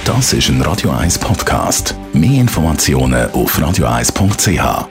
Das ist ein Radio 1 Podcast. Mehr Informationen auf radio1.ch.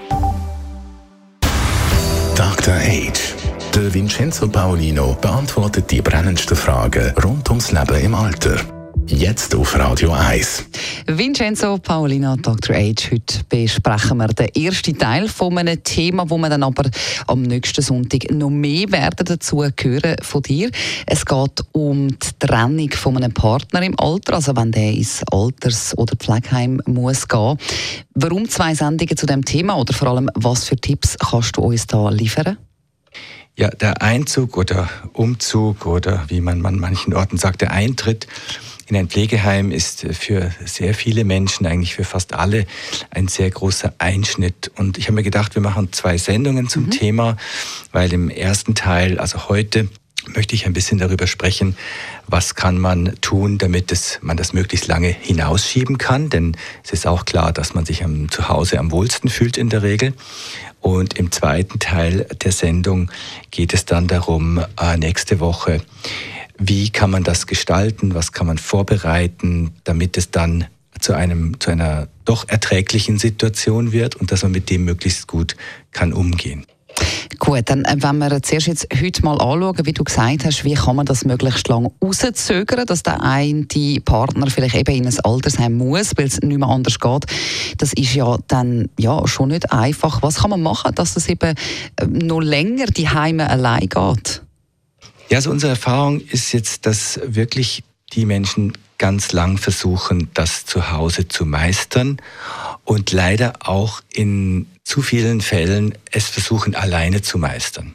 Dr. Age. Der Vincenzo Paolino beantwortet die brennendsten Fragen rund ums Leben im Alter. Jetzt auf Radio 1. Vincenzo Paolino, Dr. Age. Heute besprechen wir den ersten Teil von einem Thema, wo wir dann aber am nächsten Sonntag noch mehr werden dazu hören von dir. Es geht um die Trennung von einem Partner im Alter, also wenn der ins Alters- oder Pflegeheim muss gehen. Warum 2 Sendungen zu dem Thema oder vor allem, was für Tipps kannst du uns da liefern? Ja, der Einzug oder Umzug oder wie man an manchen Orten sagt, der Eintritt in ein Pflegeheim ist für sehr viele Menschen, eigentlich für fast alle, ein sehr großer Einschnitt. Und ich habe mir gedacht, wir machen 2 Sendungen zum Thema, weil im ersten Teil, also heute, möchte ich ein bisschen darüber sprechen, was kann man tun, damit man das möglichst lange hinausschieben kann. Denn es ist auch klar, dass man sich zu Hause am wohlsten fühlt in der Regel. Und im zweiten Teil der Sendung geht es dann darum, nächste Woche, wie kann man das gestalten, was kann man vorbereiten, damit es dann zu einer doch erträglichen Situation wird und dass man mit dem möglichst gut kann umgehen. Gut, dann wenn wir zuerst jetzt heute mal anschauen, wie du gesagt hast, wie kann man das möglichst lange rauszögern, dass der eine Partner vielleicht eben in ein Altersheim muss, weil es nicht mehr anders geht. Das ist ja dann schon nicht einfach. Was kann man machen, dass es eben noch länger die Heime allein geht? Ja, also unsere Erfahrung ist jetzt, dass wirklich die Menschen ganz lang versuchen, das zu Hause zu meistern und leider auch in zu vielen Fällen es versuchen, alleine zu meistern.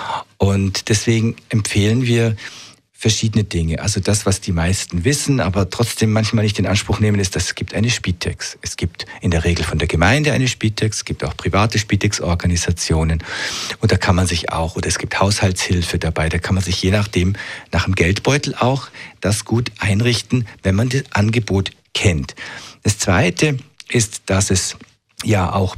Und deswegen empfehlen wir verschiedene Dinge. Also das, was die meisten wissen, aber trotzdem manchmal nicht in Anspruch nehmen, ist, dass es gibt eine Spitex. Es gibt in der Regel von der Gemeinde eine Spitex, es gibt auch private Spitex-Organisationen und da kann man sich auch, oder es gibt Haushaltshilfe dabei, da kann man sich je nachdem nach dem Geldbeutel auch das gut einrichten, wenn man das Angebot kennt. Das Zweite ist, dass es ja auch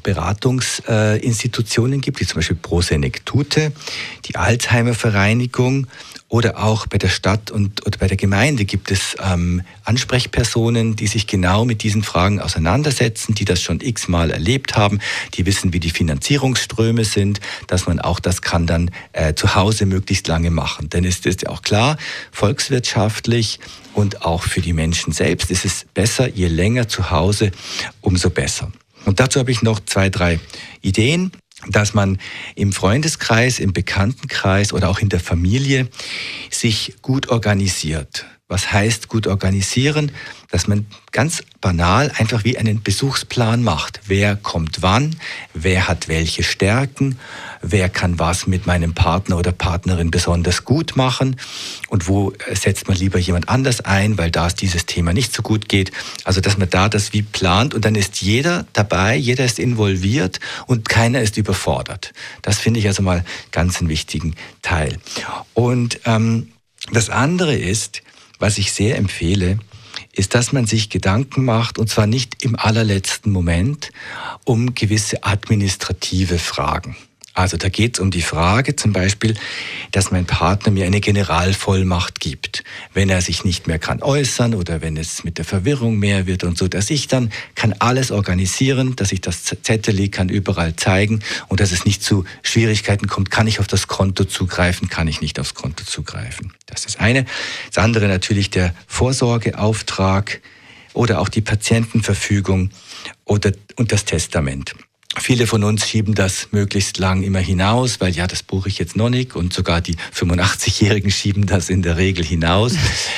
Beratungsinstitutionen gibt, wie zum Beispiel Pro Senectute, die Alzheimer Vereinigung oder auch bei der Stadt oder bei der Gemeinde gibt es Ansprechpersonen, die sich genau mit diesen Fragen auseinandersetzen, die das schon x-mal erlebt haben, die wissen, wie die Finanzierungsströme sind, dass man auch das kann dann zu Hause möglichst lange machen. Denn es ist ja auch klar, volkswirtschaftlich und auch für die Menschen selbst ist es besser, je länger zu Hause, umso besser. Und dazu habe ich noch 2, 3 Ideen, dass man im Freundeskreis, im Bekanntenkreis oder auch in der Familie sich gut organisiert. Was heißt gut organisieren? Dass man ganz banal einfach wie einen Besuchsplan macht. Wer kommt wann? Wer hat welche Stärken? Wer kann was mit meinem Partner oder Partnerin besonders gut machen? Und wo setzt man lieber jemand anders ein, weil da es dieses Thema nicht so gut geht? Also, dass man da das wie plant und dann ist jeder dabei, jeder ist involviert und keiner ist überfordert. Das finde ich also mal ganz einen wichtigen Teil. Und das andere ist, was ich sehr empfehle, ist, dass man sich Gedanken macht, und zwar nicht im allerletzten Moment, um gewisse administrative Fragen. Also da geht es um die Frage zum Beispiel, dass mein Partner mir eine Generalvollmacht gibt, wenn er sich nicht mehr kann äußern oder wenn es mit der Verwirrung mehr wird und so, dass ich dann kann alles organisieren, dass ich das Zettel kann überall zeigen und dass es nicht zu Schwierigkeiten kommt, kann ich auf das Konto zugreifen, kann ich nicht aufs Konto zugreifen. Das ist das eine. Das andere natürlich der Vorsorgeauftrag oder auch die Patientenverfügung und das Testament. Viele von uns schieben das möglichst lang immer hinaus, weil ja, das buche ich jetzt noch nicht und sogar die 85-Jährigen schieben das in der Regel hinaus.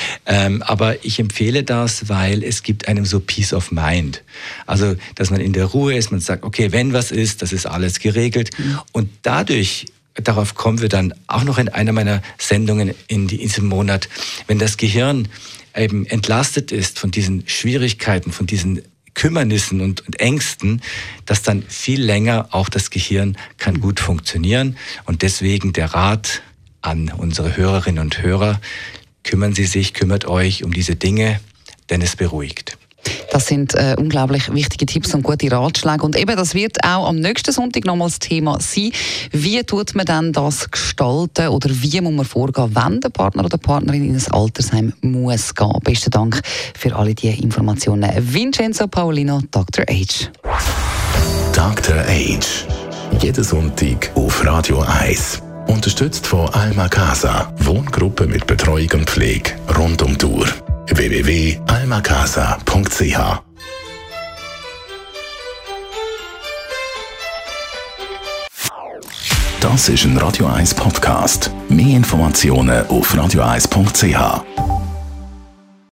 Aber ich empfehle das, weil es gibt einem so Peace of Mind. Also, dass man in der Ruhe ist, man sagt, okay, wenn was ist, das ist alles geregelt. Und darauf kommen wir dann auch noch in einer meiner Sendungen in diesem Monat, wenn das Gehirn eben entlastet ist von diesen Schwierigkeiten, von diesen Kümmernissen und Ängsten, dass dann viel länger auch das Gehirn kann gut funktionieren. Und deswegen der Rat an unsere Hörerinnen und Hörer, kümmert euch um diese Dinge, denn es beruhigt. Das sind unglaublich wichtige Tipps und gute Ratschläge. Und eben, das wird auch am nächsten Sonntag nochmals Thema sein. Wie tut man dann das gestalten oder wie muss man vorgehen, wenn der Partner oder Partnerin in ein Altersheim muss gehen? Besten Dank für alle diese Informationen. Vincenzo Paolino, Dr. H. Dr. H. Jeden Sonntag auf Radio 1. Unterstützt von Alma Casa. Wohngruppe mit Betreuung und Pflege rund um die Uhr. www.almacasa.ch. Das ist ein Radio 1 Podcast. Mehr Informationen auf radio1.ch.